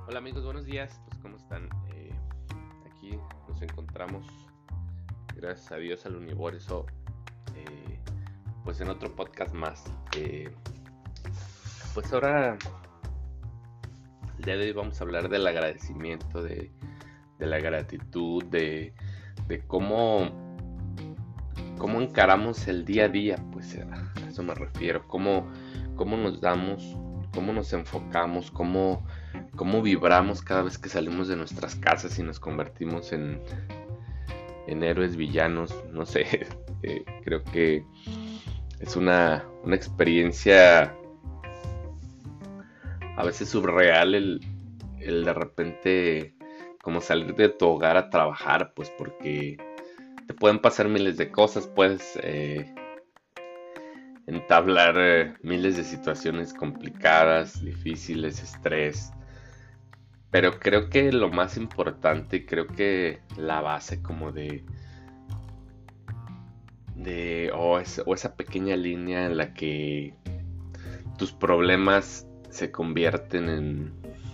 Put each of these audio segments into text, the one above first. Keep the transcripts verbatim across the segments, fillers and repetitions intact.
Hola amigos, buenos días. Pues cómo están. Eh, aquí nos encontramos, gracias a Dios, al universo, eh, pues en otro podcast más. Eh, pues ahora, el día de hoy vamos a hablar del agradecimiento, de, de la gratitud, de, de cómo, cómo encaramos el día a día. Pues a eso me refiero. Cómo, cómo nos damos, cómo nos enfocamos, cómo cómo vibramos cada vez que salimos de nuestras casas y nos convertimos en, en héroes, villanos, no sé. eh, creo que es una, una experiencia a veces surreal el, el de repente como salir de tu hogar a trabajar, pues porque te pueden pasar miles de cosas, puedes eh, entablar eh, miles de situaciones complicadas, difíciles, estrés. Pero creo que lo más importante, creo que la base como de, de o, es- o esa pequeña línea en la que tus problemas se convierten en,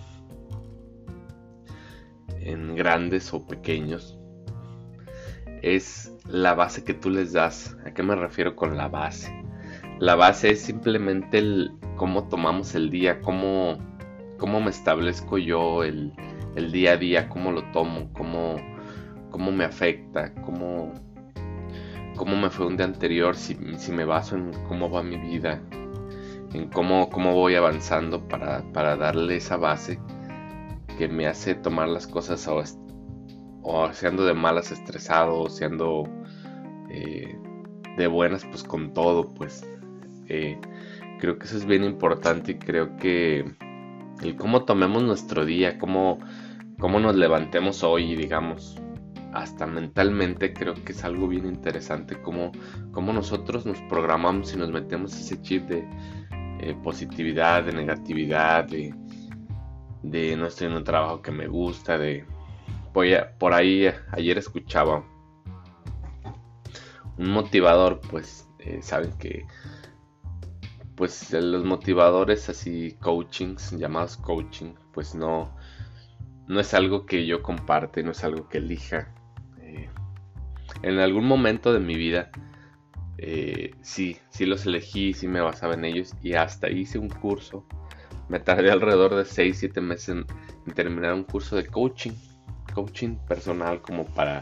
en grandes o pequeños, es la base que tú les das. ¿A qué me refiero con la base? La base es simplemente el cómo tomamos el día, cómo, cómo me establezco yo el, el día a día, cómo lo tomo, cómo, cómo me afecta, cómo, cómo me fue un día anterior, si, si me baso en cómo va mi vida, en cómo, cómo voy avanzando para, para darle esa base que me hace tomar las cosas o, o siendo de malas estresado, o siendo eh, de buenas pues con todo, pues eh, creo que eso es bien importante y creo que el cómo tomemos nuestro día, cómo, cómo nos levantemos hoy y digamos, hasta mentalmente creo que es algo bien interesante cómo, cómo nosotros nos programamos y nos metemos ese chip de eh, positividad, de negatividad, de, de no estoy en un trabajo que me gusta, de voy a- por ahí eh, ayer escuchaba un motivador, pues eh, saben que pues los motivadores así coachings, llamados coaching, pues no, no es algo que yo comparte, no es algo que elija. Eh, en algún momento de mi vida, eh, sí, sí los elegí, sí me basaba en ellos y hasta hice un curso. Me tardé alrededor de seis siete meses en, en terminar un curso de coaching, coaching personal como para,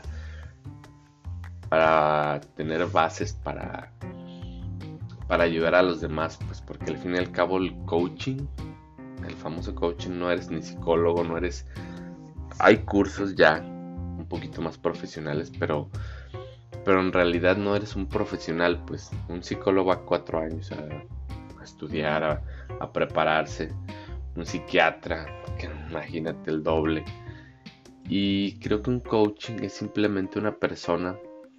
para tener bases para, para ayudar a los demás, pues porque al fin y al cabo el coaching, el famoso coaching, no eres ni psicólogo, no eres... Hay cursos ya un poquito más profesionales, pero pero en realidad no eres un profesional, pues un psicólogo va cuatro años a, a estudiar, a, a prepararse, un psiquiatra, que imagínate el doble. Y creo que un coaching es simplemente una persona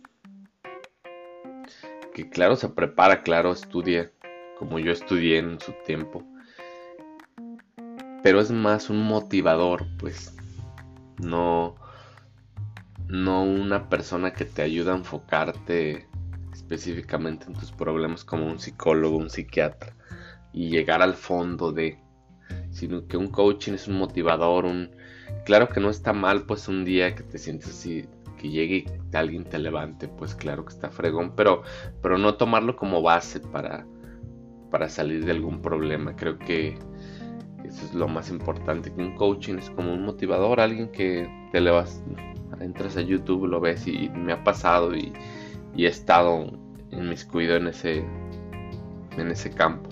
que claro se prepara, claro estudia, como yo estudié en su tiempo, pero es más un motivador, pues no, no una persona que te ayuda a enfocarte específicamente en tus problemas como un psicólogo, un psiquiatra y llegar al fondo de, sino que un coaching es un motivador, un, claro que no está mal pues un día que te sientes así, que llegue y alguien te levante, pues claro que está fregón, pero, pero no tomarlo como base para, para salir de algún problema. Creo que eso es lo más importante, que un coaching es como un motivador, alguien que te le vas, entras a YouTube, lo ves y, y me ha pasado y, y he estado inmiscuido en ese, en ese campo.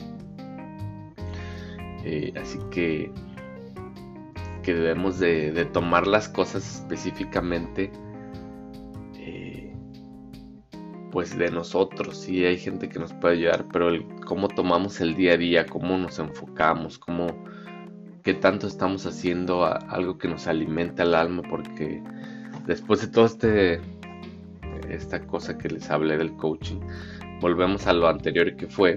Eh, así que, que debemos de, de tomar las cosas específicamente eh, pues de nosotros. Sí, hay gente que nos puede ayudar, pero el cómo tomamos el día a día, cómo nos enfocamos, cómo, qué tanto estamos haciendo a, algo que nos alimenta el alma, porque después de todo este esta cosa que les hablé del coaching, volvemos a lo anterior que fue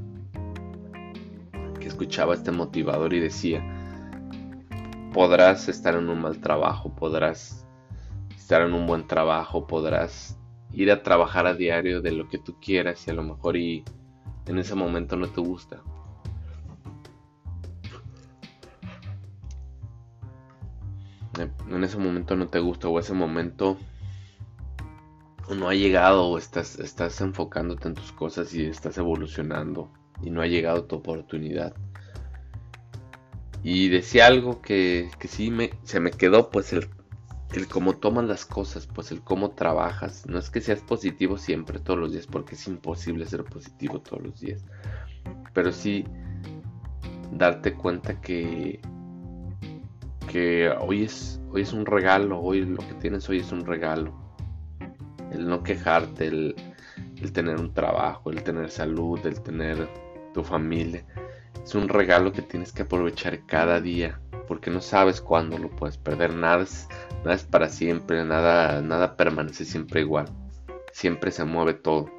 que escuchaba este motivador y decía, podrás estar en un mal trabajo, podrás estar en un buen trabajo, podrás ir a trabajar a diario de lo que tú quieras y a lo mejor y en ese momento no te gusta. en ese momento no te gusta o ese momento no ha llegado o estás, estás enfocándote en tus cosas y estás evolucionando y no ha llegado tu oportunidad. Y decía algo que, que sí me, se me quedó, pues el, el cómo tomas las cosas, pues el cómo trabajas. No es que seas positivo siempre, todos los días, porque es imposible ser positivo todos los días. Pero sí darte cuenta que, que hoy es, hoy es un regalo, hoy lo que tienes hoy es un regalo. El no quejarte, el, el tener un trabajo, el tener salud, el tener tu familia. Es un regalo que tienes que aprovechar cada día, porque no sabes cuándo lo puedes perder. Nada es, nada es para siempre, nada, nada permanece siempre igual. Siempre se mueve todo.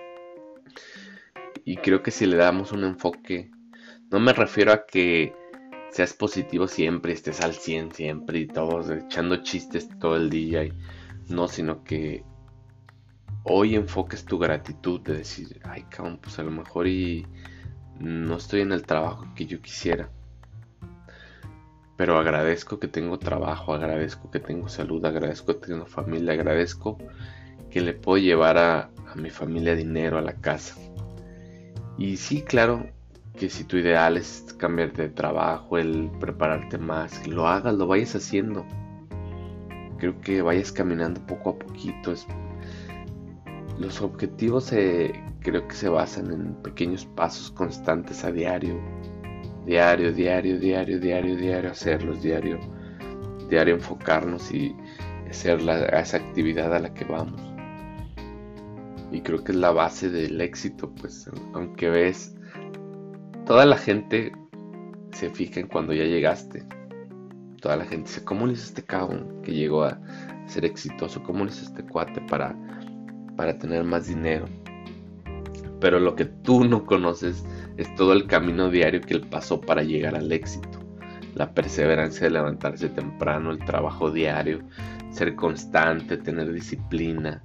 Y creo que si le damos un enfoque, no me refiero a que seas positivo siempre, estés al cien siempre y todos echando chistes todo el día. Y, no, sino que hoy enfoques tu gratitud de decir, ay, cabrón, pues a lo mejor y no estoy en el trabajo que yo quisiera, pero agradezco que tengo trabajo, agradezco que tengo salud, agradezco que tengo familia, agradezco que le puedo llevar a, a mi familia dinero a la casa. Y sí, claro, que si tu ideal es cambiarte de trabajo, el prepararte más, lo hagas, lo vayas haciendo. Creo que vayas caminando poco a poquito. Es, los objetivos se, creo que se basan en pequeños pasos constantes a diario. Diario, diario, diario, diario, diario, hacerlos, diario, diario enfocarnos y hacer la, esa actividad a la que vamos. Y creo que es la base del éxito, pues, aunque ves, toda la gente se fija en cuando ya llegaste. Toda la gente dice, ¿cómo le hizo este cabrón que llegó a ser exitoso? ¿Cómo le hizo este cuate para, para tener más dinero? Pero lo que tú no conoces es todo el camino diario que él pasó para llegar al éxito. La perseverancia de levantarse temprano, el trabajo diario, ser constante, tener disciplina.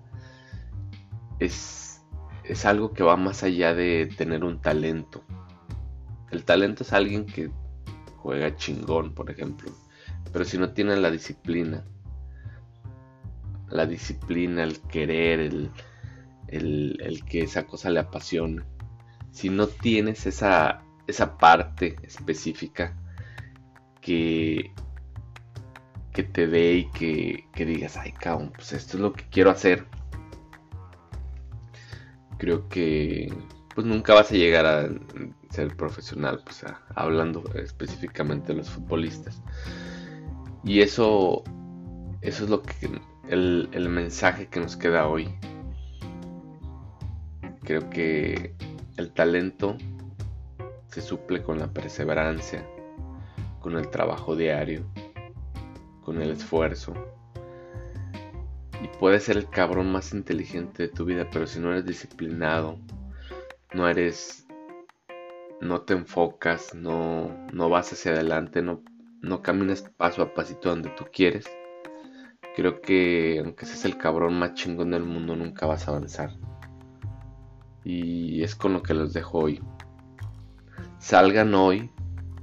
Es, es algo que va más allá de tener un talento. El talento es alguien que juega chingón, por ejemplo. Pero si no tiene la disciplina, la disciplina, el querer, el, el, el que esa cosa le apasione, si no tienes esa, esa parte específica que, que te dé y que, que digas, ay cabrón, pues esto es lo que quiero hacer, creo que pues nunca vas a llegar a ser profesional, pues a, hablando específicamente de los futbolistas. Y eso, eso es lo que el, el mensaje que nos queda hoy. Creo que el talento se suple con la perseverancia, con el trabajo diario, con el esfuerzo. Y puedes ser el cabrón más inteligente de tu vida, pero si no eres disciplinado, no eres, no te enfocas, no, no vas hacia adelante, no, no caminas paso a pasito donde tú quieres, creo que aunque seas el cabrón más chingón del mundo, nunca vas a avanzar. Y es con lo que los dejo hoy. Salgan hoy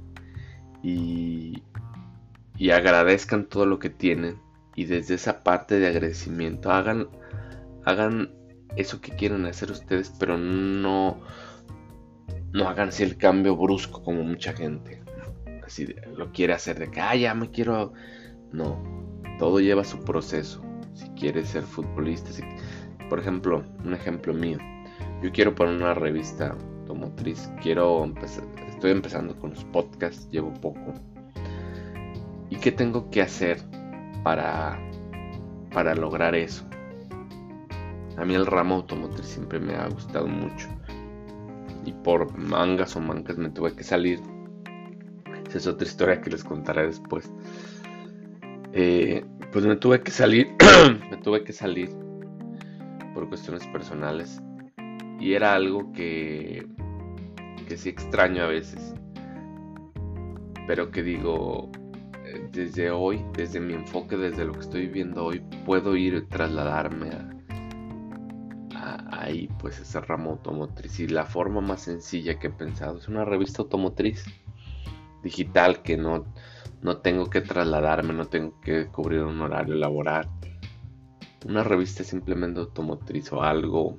y, y agradezcan todo lo que tienen. Y desde esa parte de agradecimiento hagan, hagan eso que quieren hacer ustedes, pero no, no hagan así el cambio brusco como mucha gente. Así de, lo quiere hacer de que, ah, ya me quiero. No, todo lleva su proceso. Si quieres ser futbolista, si, por ejemplo, un ejemplo mío. Yo quiero poner una revista automotriz. Quiero empezar, estoy empezando con los podcasts, llevo poco. ¿Y qué tengo que hacer para, para lograr eso? A mí el ramo automotriz siempre me ha gustado mucho. Y por mangas o mancas me tuve que salir. Esa es otra historia que les contaré después. Eh, pues me tuve que salir. me tuve que salir por cuestiones personales. Y era algo que, que sí extraño a veces. Pero que digo, desde hoy, desde mi enfoque, desde lo que estoy viviendo hoy, puedo ir y trasladarme a, a ahí, pues ese ramo automotriz. Y la forma más sencilla que he pensado es una revista automotriz digital que no, no tengo que trasladarme, no tengo que cubrir un horario laboral. Una revista simplemente automotriz o algo,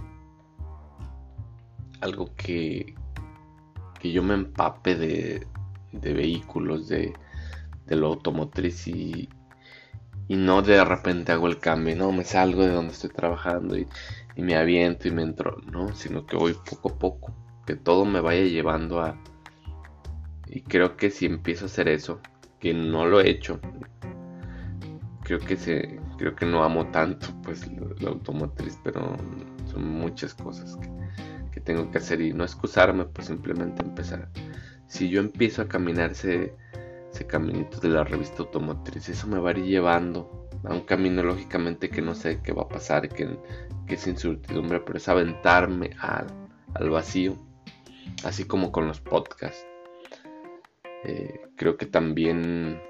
algo que, que yo me empape de, de vehículos, de, de lo automotriz y, y no de repente hago el cambio, no me salgo de donde estoy trabajando y, y me aviento y me entro, no, sino que voy poco a poco, que todo me vaya llevando a... Y creo que si empiezo a hacer eso, que no lo he hecho, creo que se, creo que no amo tanto pues la automotriz, pero son muchas cosas que, que tengo que hacer y no excusarme, pues simplemente empezar. Si yo empiezo a caminar ese, ese caminito de la revista automotriz, eso me va a ir llevando a un camino lógicamente que no sé qué va a pasar, que, que es incertidumbre, pero es aventarme al, al vacío, así como con los podcasts. Eh, creo que también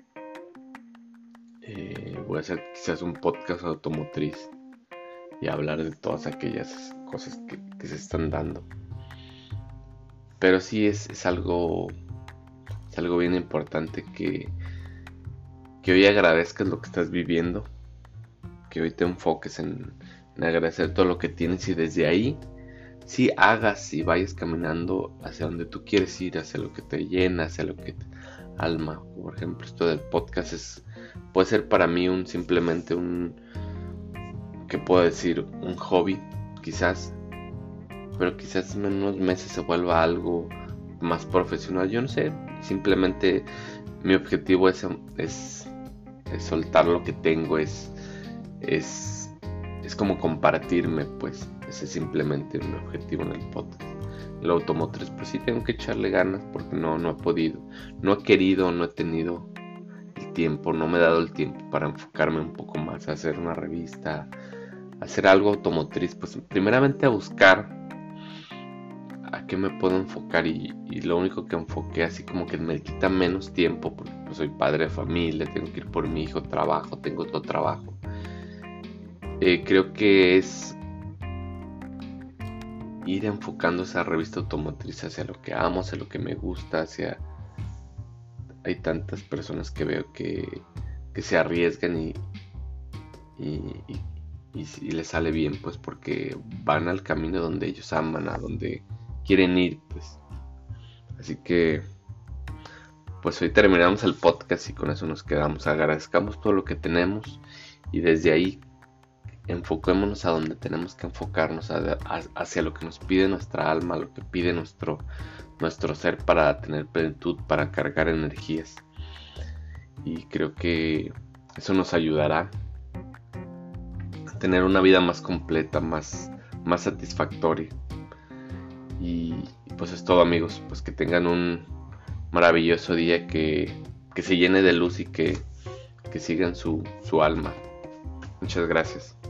eh, voy a hacer quizás un podcast automotriz y hablar de todas aquellas cosas que, que se están dando. Pero sí es, es algo es algo bien importante que, que hoy agradezcas lo que estás viviendo, que hoy te enfoques en, en agradecer todo lo que tienes y desde ahí si sí hagas y vayas caminando hacia donde tú quieres ir, hacia lo que te llena, hacia lo que te alma. Por ejemplo, esto del podcast es, puede ser para mí un simplemente un, ¿qué puedo decir? Un hobby, quizás, pero quizás en unos meses se vuelva algo más profesional, yo no sé. Simplemente mi objetivo es, es, es soltar lo que tengo, es, es, es como compartirme, pues. Ese es simplemente mi objetivo en el podcast. El automotriz, pues sí tengo que echarle ganas porque no, no he podido, no he querido, no he tenido el tiempo, no me he dado el tiempo para enfocarme un poco más a hacer una revista, a hacer algo automotriz. Pues primeramente a buscar a qué me puedo enfocar y, y lo único que enfoqué así como que me quita menos tiempo porque pues soy padre de familia, tengo que ir por mi hijo, trabajo, tengo otro trabajo. Eh, creo que es ir enfocando esa revista automotriz hacia lo que amo, hacia lo que me gusta, hacia... Hay tantas personas que veo que, que se arriesgan y, y, y, y, y les sale bien, pues porque van al camino donde ellos aman, a donde quieren ir, pues. Así que, pues hoy terminamos el podcast y con eso nos quedamos. Agradezcamos todo lo que tenemos y desde ahí enfoquémonos a donde tenemos que enfocarnos, a, a, hacia lo que nos pide nuestra alma, lo que pide nuestro, nuestro ser para tener plenitud, para cargar energías. Y creo que eso nos ayudará a tener una vida más completa, más, más satisfactoria. Y, y pues es todo, amigos, pues que tengan un maravilloso día, que, que se llene de luz y que, que sigan su, su alma. Muchas gracias.